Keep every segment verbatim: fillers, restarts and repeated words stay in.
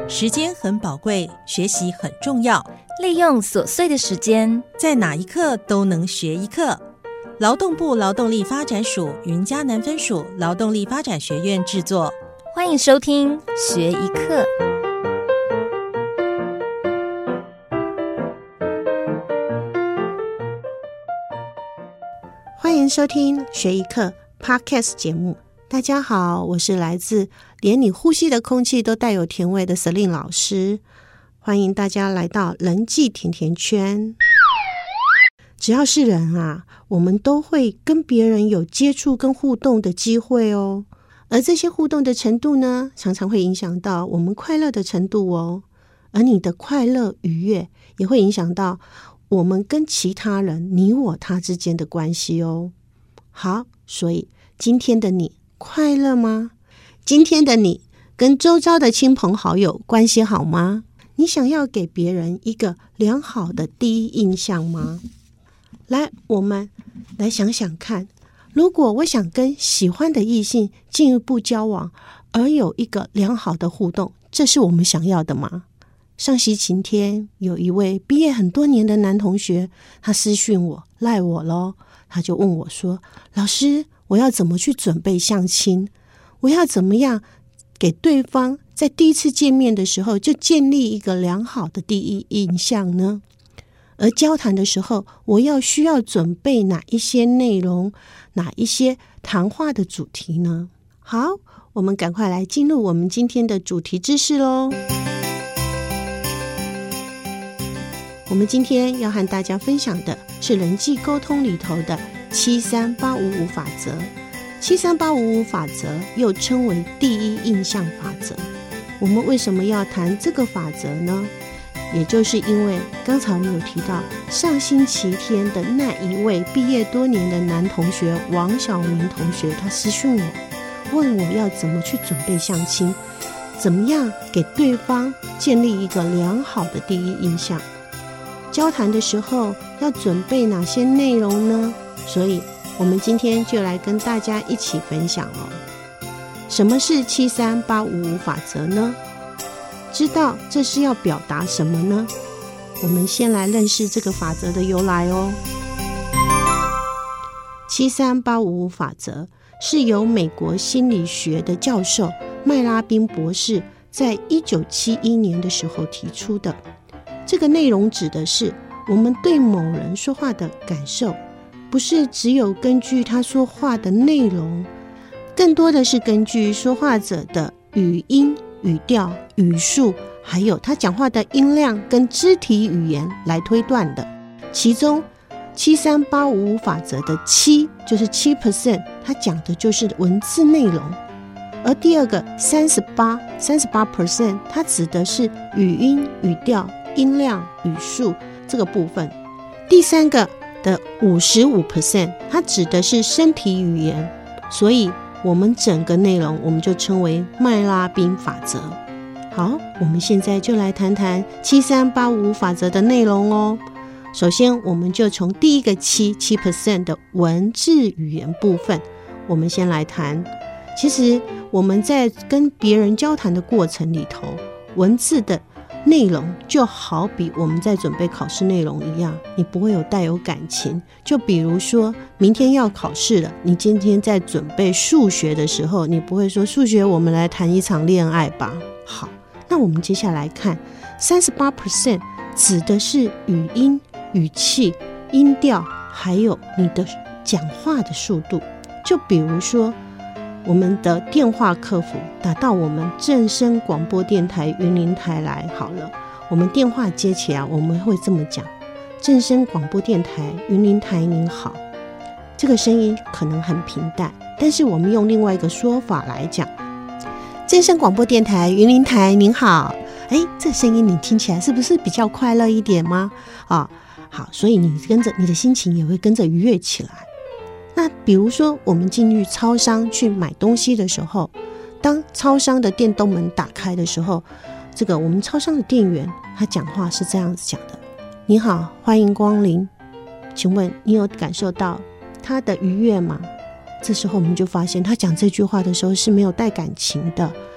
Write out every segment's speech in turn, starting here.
时间很宝贵，学习很重要， 利用琐碎的时间， 在哪一刻都能学一课。劳动部劳动力发展署云嘉南分署劳动力发展学院制作， 欢迎收听学一课。 欢迎收听学一课 Podcast 节目。大家好，我是来自连你呼吸的空气都带有甜味的 Celine 老师，欢迎大家来到人际甜甜圈。只要是人啊，我们都会跟别人有接触跟互动的机会哦，而这些互动的程度呢，常常会影响到我们快乐的程度哦，而你的快乐愉悦也会影响到我们跟其他人你我他之间的关系哦。好，所以今天的你快乐吗？今天的你跟周遭的亲朋好友关系好吗？你想要给别人一个良好的第一印象吗？来，我们来想想看，如果我想跟喜欢的异性进一步交往，而有一个良好的互动，这是我们想要的吗？上西晴天有一位毕业很多年的男同学，他私讯我赖我咯，他就问我说，老师，我要怎么去准备相亲？我要怎么样给对方在第一次见面的时候就建立一个良好的第一印象呢？而交谈的时候，我要需要准备哪一些内容，哪一些谈话的主题呢？好，我们赶快来进入我们今天的主题知识咯。我们今天要和大家分享的是人际沟通里头的七三八五五法则。七三八五五法则又称为第一印象法则。我们为什么要谈这个法则呢？也就是因为刚才我们有提到上星期天的那一位毕业多年的男同学王小明同学，他私讯我，问我要怎么去准备相亲，怎么样给对方建立一个良好的第一印象，交谈的时候要准备哪些内容呢？所以我们今天就来跟大家一起分享哦。什么是七三八五五法则呢？知道这是要表达什么呢？我们先来认识这个法则的由来哦。七三八五五法则是由美国心理学的教授麦拉宾博士在一九七一年的时候提出的。这个内容指的是我们对某人说话的感受，不是只有根据他说话的内容，更多的是根据说话者的语音、语调、语速，还有他讲话的音量跟肢体语言来推断的。其中七三八五五法则的七就是七 percent， 它讲的就是文字内容，而第二个三十八 三十八 percent 它指的是语音、语调、音量、语速这个部分。第三个的 五十五 percent 它指的是身体语言，所以我们整个内容我们就称为麦拉宾法则。好，我们现在就来谈谈七三八五五法则的内容哦。首先我们就从第一个七 七 percent 的文字语言部分我们先来谈。其实我们在跟别人交谈的过程里头，文字的内容就好比我们在准备考试内容一样，你不会有带有感情。就比如说明天要考试了，你今天在准备数学的时候，你不会说数学我们来谈一场恋爱吧。好，那我们接下来看 三十八 percent 指的是语音、语气、音调，还有你的讲话的速度。就比如说我们的电话客服打到我们正声广播电台云林台来好了，我们电话接起来我们会这么讲，正声广播电台云林台您好。这个声音可能很平淡，但是我们用另外一个说法来讲，正声广播电台云林台您好，诶，这声音你听起来是不是比较快乐一点吗？啊，好，所以你跟着你的心情也会跟着愉悦起来。那比如说我们进入超商去买东西的时候，当超商的电动门打开的时候，这个我们超商的店员他讲话是这样子讲的，你好，欢迎光临，请问你有感受到他的愉悦吗？这时候我们就发现他讲这句话的时候是没有带感情的，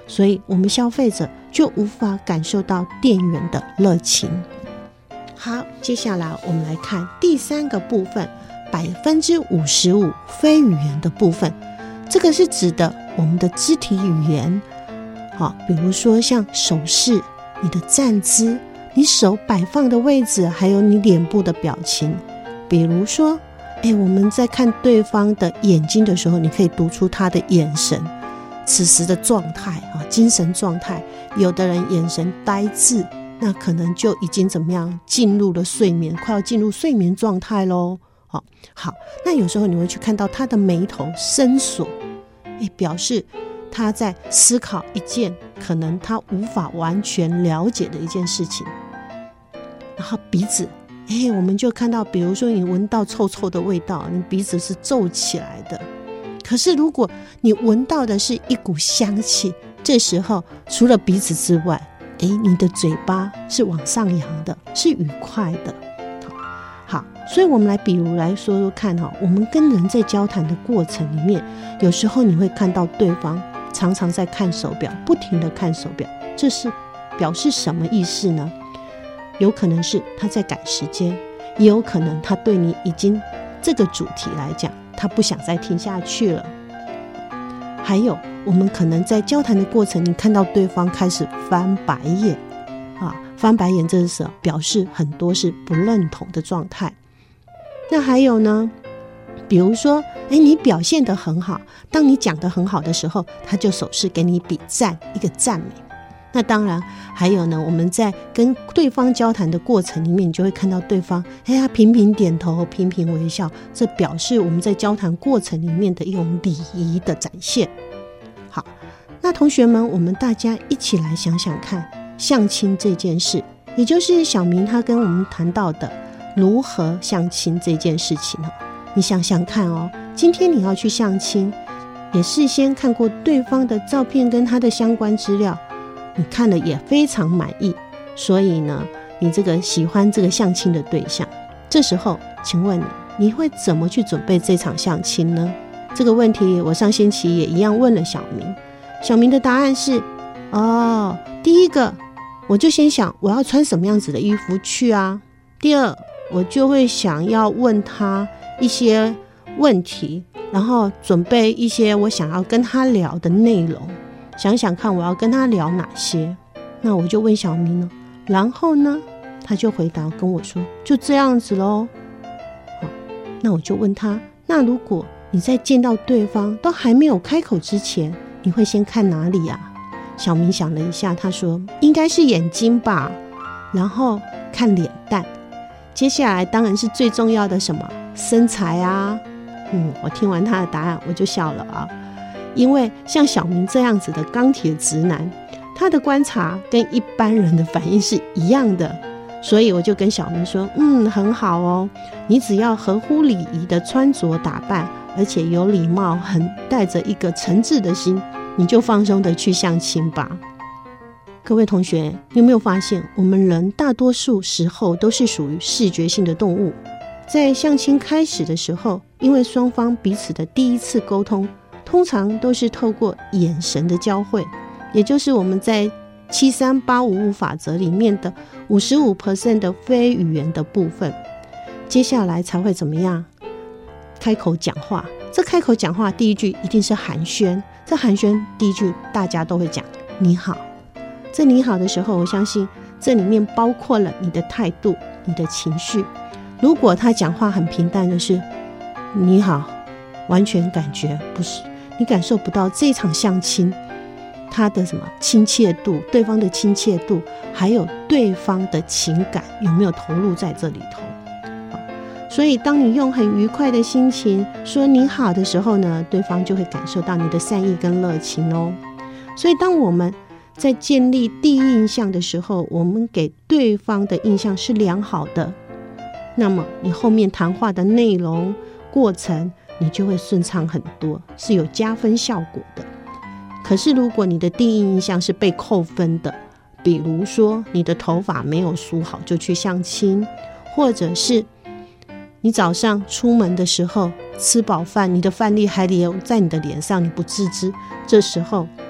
所以我们消费者就无法感受到店员的热情。好，接下来我们来看第三个部分，百分之五十五非语言的部分。这个是指的我们的肢体语言，好，比如说像手势、你的站姿、你手摆放的位置，还有你脸部的表情。比如说，哎，我们在看对方的眼睛的时候，你可以读出他的眼神此时的状态啊，精神状态。有的人眼神呆滞，那可能就已经怎么样进入了睡眠，快要进入睡眠状态咯。好，好，那有时候你会去看到他的眉头深锁，诶，表示他在思考一件可能他无法完全了解的一件事情。然后鼻子，诶，我们就看到，比如说你闻到臭臭的味道，你鼻子是皱起来的。可是如果你闻到的是一股香气，这时候除了鼻子之外，诶，你的嘴巴是往上扬的，是愉快的。好，所以我们来比如来说说看哈，我们跟人在交谈的过程里面，有时候你会看到对方常常在看手表，不停的看手表，这是表示什么意思呢？有可能是他在赶时间，也有可能他对你已经这个主题来讲，他不想再听下去了。还有我们可能在交谈的过程，你看到对方开始翻白眼啊，翻白眼这是表示很多是不认同的状态。那还有呢，比如说诶你表现得很好，当你讲得很好的时候，他就手势给你比赞，一个赞美。那当然还有呢，我们在跟对方交谈的过程里面，你就会看到对方诶他频频点头，频频微笑，这表示我们在交谈过程里面的一种礼仪的展现。好，那同学们，我们大家一起来想想看相亲这件事，也就是小明他跟我们谈到的如何相亲这件事情。你想想看哦，今天你要去相亲，也事先看过对方的照片跟他的相关资料，你看了也非常满意，所以呢你这个喜欢这个相亲的对象。这时候请问你你会怎么去准备这场相亲呢？这个问题我上星期也一样问了小明，小明的答案是哦，第一个我就先想我要穿什么样子的衣服去啊。第二，我就会想要问他一些问题，然后准备一些我想要跟他聊的内容，想想看我要跟他聊哪些。那我就问小明了，然后呢他就回答跟我说就这样子咯。好，那我就问他，那如果你在见到对方都还没有开口之前，你会先看哪里啊？小明想了一下，他说应该是眼睛吧，然后看脸蛋，接下来当然是最重要的什么身材啊。嗯，我听完他的答案我就笑了啊，因为像小明这样子的钢铁直男，他的观察跟一般人的反应是一样的，所以我就跟小明说嗯，很好哦，你只要合乎礼仪的穿着打扮，而且有礼貌，很带着一个诚挚的心，你就放松的去相亲吧。各位同学，你有没有发现我们人大多数时候都是属于视觉性的动物？在相亲开始的时候，因为双方彼此的第一次沟通通常都是透过眼神的交汇，也就是我们在七三八五五法则里面的 百分之五十五 的非语言的部分，接下来才会怎么样开口讲话。这开口讲话第一句一定是寒暄，这寒暄第一句大家都会讲你好。这你好的时候，我相信这里面包括了你的态度，你的情绪。如果他讲话很平淡的是你好，完全感觉不是，你感受不到这场相亲他的什么亲切度，对方的亲切度，还有对方的情感有没有投入在这里头。所以当你用很愉快的心情说你好的时候呢，对方就会感受到你的善意跟热情哦。所以当我们在建立第一印象的时候，我们给对方的印象是良好的，那么你后面谈话的内容过程你就会顺畅很多，是有加分效果的。可是如果你的第一印象是被扣分的，比如说你的头发没有梳好就去相亲，或者是你早上出门的时候吃饱饭，你的饭粒还留在你的脸上，你不自知，这时候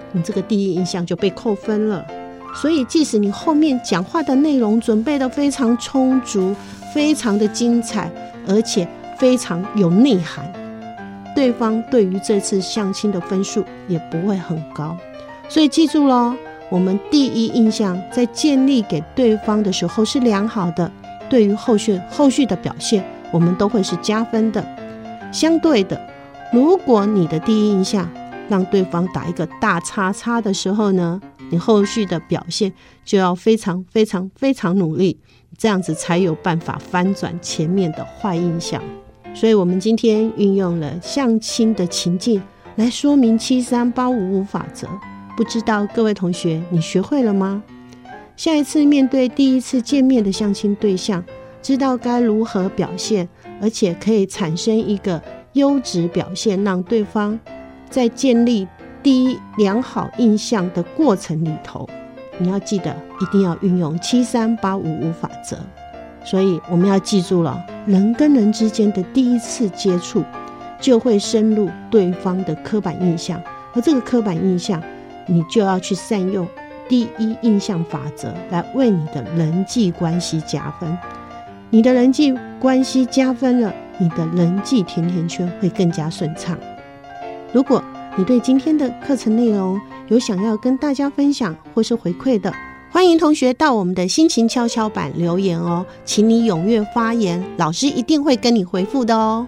你这个第一印象就被扣分了。所以即使你后面讲话的内容准备得非常充足，非常的精彩，而且非常有内涵，对方对于这次相亲的分数也不会很高。所以记住咯，我们第一印象在建立给对方的时候是良好的，对于后续后续的表现我们都会是加分的。相对的，如果你的第一印象让对方打一个大叉叉的时候呢，你后续的表现就要非常非常非常努力，这样子才有办法翻转前面的坏印象。所以我们今天运用了相亲的情境来说明七三八五五法则，不知道各位同学你学会了吗？下一次面对第一次见面的相亲对象，知道该如何表现，而且可以产生一个优质表现，让对方在建立第一良好印象的过程里头，你要记得一定要运用七三八五五法则。所以我们要记住了，人跟人之间的第一次接触就会深入对方的刻板印象，而这个刻板印象你就要去善用第一印象法则来为你的人际关系加分。你的人际关系加分了，你的人际甜甜圈会更加顺畅。如果你对今天的课程内容有想要跟大家分享或是回馈的，欢迎同学到我们的心情跷跷板留言哦，请你踊跃发言，老师一定会跟你回复的哦。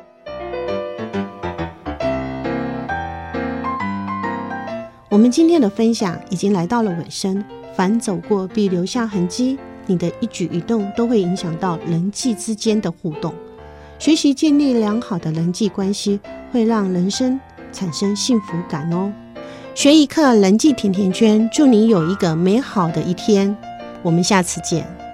我们今天的分享已经来到了尾声，凡走过必留下痕迹，你的一举一动都会影响到人际之间的互动。学习建立良好的人际关系，会让人生产生幸福感哦。学一课人际甜甜圈，祝你有一个美好的一天，我们下次见。